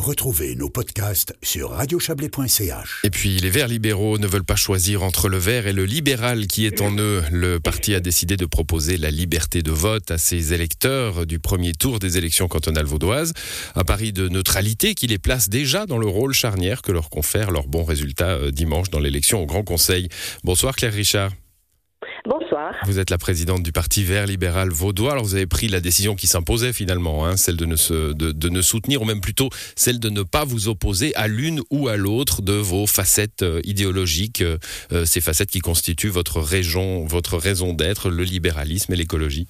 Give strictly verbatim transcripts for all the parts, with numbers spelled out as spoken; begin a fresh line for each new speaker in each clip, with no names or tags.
Retrouvez nos podcasts sur radio chablais point c h.
Et puis, les Verts libéraux ne veulent pas choisir entre le vert et le libéral qui est en eux. Le parti a décidé de proposer la liberté de vote à ses électeurs du premier tour des élections cantonales vaudoises. Un pari de neutralité qui les place déjà dans le rôle charnière que leur confère leur bon résultat dimanche dans l'élection au Grand Conseil. Bonsoir Claire Richard.
Bonsoir.
Vous êtes la présidente du parti Vert libéral vaudois. Alors vous avez pris la décision qui s'imposait finalement, hein, celle de ne, se, de, de ne soutenir, ou même plutôt celle de ne pas vous opposer à l'une ou à l'autre de vos facettes euh, idéologiques, euh, ces facettes qui constituent votre raison, votre raison d'être, le libéralisme et l'écologie.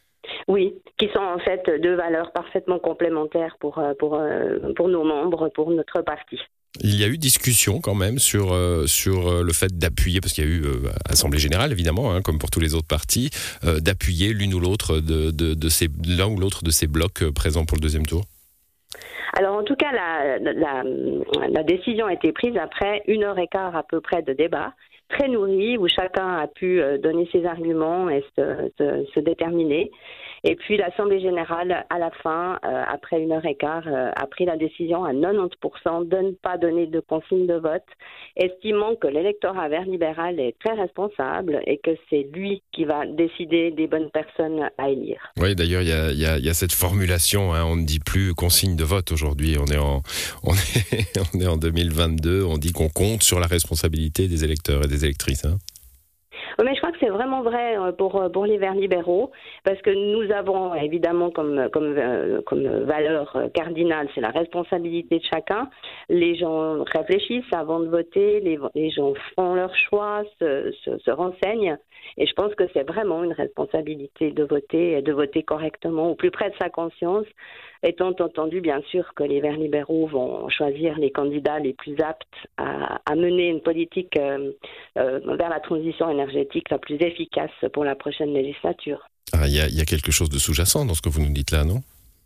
Oui, qui sont en fait deux valeurs parfaitement complémentaires pour, pour, pour nos membres, pour notre parti.
Il y a eu discussion quand même sur, euh, sur le fait d'appuyer, parce qu'il y a eu euh, Assemblée Générale évidemment, hein, comme pour tous les autres partis, euh, d'appuyer l'une ou l'autre de, de, de ces, l'un ou l'autre de ces blocs euh, présents pour le deuxième tour.
Alors en tout cas, la, la, la décision a été prise après une heure et quart à peu près de débat, très nourri, où chacun a pu donner ses arguments et se, se, se déterminer. Et puis l'Assemblée générale, à la fin, euh, après une heure et quart, euh, a pris la décision à quatre-vingt-dix pour cent de ne pas donner de consigne de vote, estimant que l'électorat vert libéral est très responsable et que c'est lui qui va décider des bonnes personnes à élire.
Oui, d'ailleurs, il y a, y a, y a cette formulation, hein, on ne dit plus consigne de vote aujourd'hui, on est en, on est, on est en deux mille vingt-deux, on dit qu'on compte sur la responsabilité des électeurs et des électrices, hein.
Mais je crois que c'est vraiment vrai pour, pour les Verts libéraux, parce que nous avons évidemment comme, comme, comme valeur cardinale, c'est la responsabilité de chacun. Les gens réfléchissent avant de voter, les, les gens font leur choix, se, se, se renseignent, et je pense que c'est vraiment une responsabilité de voter et de voter correctement, au plus près de sa conscience, étant entendu bien sûr que les Verts libéraux vont choisir les candidats les plus aptes à, à mener une politique euh, euh, vers la transition énergétique la plus efficace pour la prochaine législature.
Ah, il y a, y a quelque chose de sous-jacent dans ce que vous nous dites là, non ?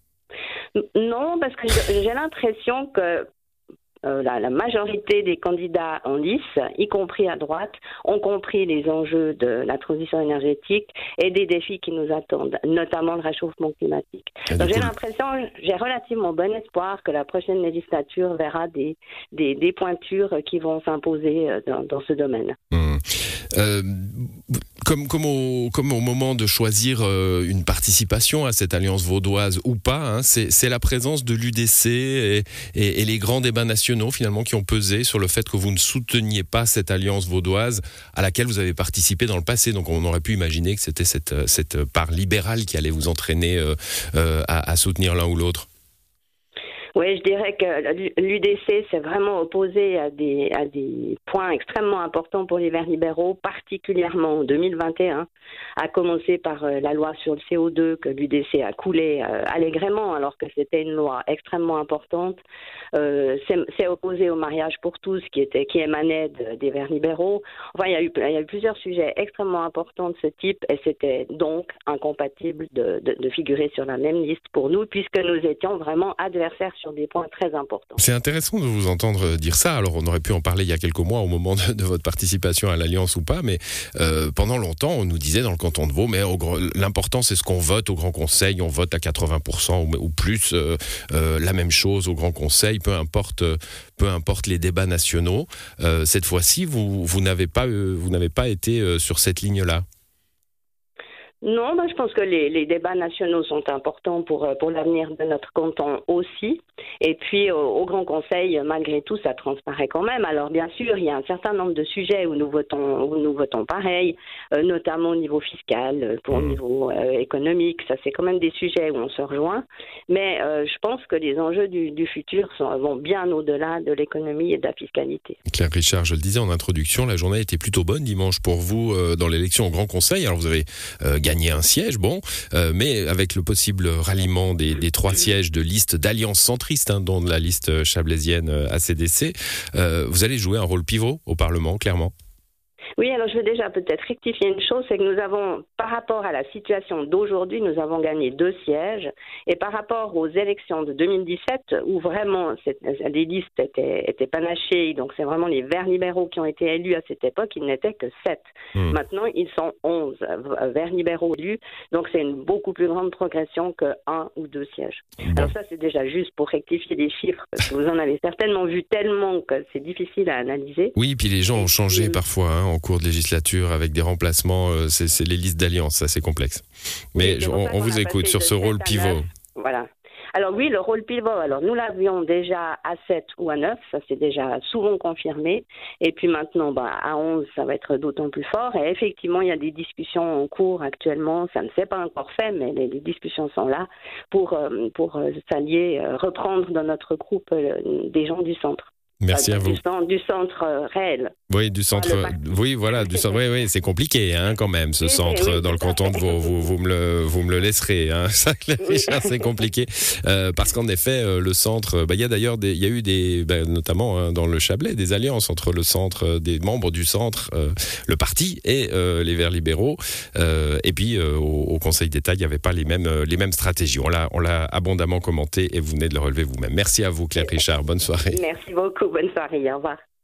Non, parce que j'ai l'impression que Euh, la, la majorité des candidats en lice, y compris à droite, ont compris les enjeux de la transition énergétique et des défis qui nous attendent, notamment le réchauffement climatique. Donc j'ai l'impression, j'ai relativement bon espoir que la prochaine législature verra des, des, des pointures qui vont s'imposer dans, dans ce domaine.
Mmh. Euh, comme, comme, au, comme au moment de choisir euh, une participation à cette alliance vaudoise ou pas, hein, c'est, c'est la présence de l'U D C et, et, et les grands débats nationaux finalement qui ont pesé sur le fait que vous ne souteniez pas cette alliance vaudoise à laquelle vous avez participé dans le passé. Donc on aurait pu imaginer que c'était cette, cette part libérale qui allait vous entraîner euh, euh, à, à soutenir l'un ou l'autre.
Oui, je dirais que l'U D C s'est vraiment opposé à des, à des points extrêmement importants pour les Verts libéraux, particulièrement en deux mille vingt et un, à commencer par euh, la loi sur le C O deux que l'U D C a coulé euh, allègrement alors que c'était une loi extrêmement importante. Euh, s'est, s'est opposé au mariage pour tous qui, était, qui émanait de, des Verts libéraux. Enfin, il y, a eu, il y a eu plusieurs sujets extrêmement importants de ce type et c'était donc incompatible de, de, de figurer sur la même liste pour nous puisque nous étions vraiment adversaires sur des points très importants.
C'est intéressant de vous entendre dire ça. Alors, on aurait pu en parler il y a quelques mois au moment de, de votre participation à l'Alliance ou pas, mais euh, pendant longtemps, on nous disait dans le canton de Vaud, mais au, l'important, c'est ce qu'on vote au Grand Conseil. On vote à quatre-vingts pour cent ou, ou plus euh, euh, la même chose au Grand Conseil, peu importe, peu importe les débats nationaux. Euh, cette fois-ci, vous, vous, n'avez pas, euh, vous n'avez pas été euh, sur cette ligne-là.
Non, ben je pense que les, les débats nationaux sont importants pour, pour l'avenir de notre canton aussi. Et puis, au, au Grand Conseil, malgré tout, ça transparaît quand même. Alors, bien sûr, il y a un certain nombre de sujets où nous votons, où nous votons pareil, euh, notamment au niveau fiscal, pour au niveau euh, économique. Ça, c'est quand même des sujets où on se rejoint. Mais euh, je pense que les enjeux du, du futur sont, vont bien au-delà de l'économie et de la fiscalité.
Claire Richard, je le disais en introduction, la journée a été plutôt bonne dimanche pour vous euh, dans l'élection au Grand Conseil. Alors, vous avez euh, gagné gagner un siège, bon, euh, mais avec le possible ralliement des, des trois sièges de liste d'alliance centriste, hein, dont la liste chablaisienne A C D C, euh, vous allez jouer un rôle pivot au Parlement, clairement.
Oui, alors je veux déjà peut-être rectifier une chose, c'est que nous avons, par rapport à la situation d'aujourd'hui, nous avons gagné deux sièges. Et par rapport aux élections de deux mille dix-sept, où vraiment les listes étaient, étaient panachées, donc c'est vraiment les Verts libéraux qui ont été élus à cette époque, ils n'étaient que sept. Mmh. Maintenant, ils sont onze Verts libéraux élus, donc c'est une beaucoup plus grande progression que un ou deux sièges. Bon. Alors ça, c'est déjà juste pour rectifier les chiffres, parce que vous en avez certainement vu tellement que c'est difficile à analyser.
Oui, puis les gens ont changé mmh. parfois hein, en cours de législature avec des remplacements. Euh, c'est, c'est les listes d'alliance, ça c'est complexe. Mais oui, on, on vous écoute sur ce rôle pivot.
Voilà. Alors oui, le rôle pivot, alors nous l'avions déjà à sept ou à neuf, ça c'est déjà souvent confirmé. Et puis maintenant, bah, à onze, ça va être d'autant plus fort. Et effectivement, il y a des discussions en cours actuellement, ça ne s'est pas encore fait, mais les, les discussions sont là pour, euh, pour euh, s'allier, euh, reprendre dans notre groupe euh, des gens du centre.
Merci
euh,
à vous.
Du centre, du centre euh, réel.
Oui, du centre. Oui, voilà, du centre. Oui, oui, c'est compliqué, hein, quand même, ce oui, centre oui, dans le canton de Vaud. Vous, vous me le, vous me le laisserez, hein. Ça, Richard, c'est compliqué, euh, parce qu'en effet, euh, le centre. Bah, il y a d'ailleurs, des, il y a eu des, bah, notamment hein, dans le Chablais, des alliances entre le centre, des membres du centre, euh, le parti et euh, les Verts libéraux. Euh, et puis euh, au, au Conseil d'État, il n'y avait pas les mêmes, les mêmes stratégies. On l'a, on l'a abondamment commenté et vous venez de le relever vous-même. Merci à vous, Claire Richard. Bonne soirée.
Merci beaucoup. Bonne soirée. Au revoir.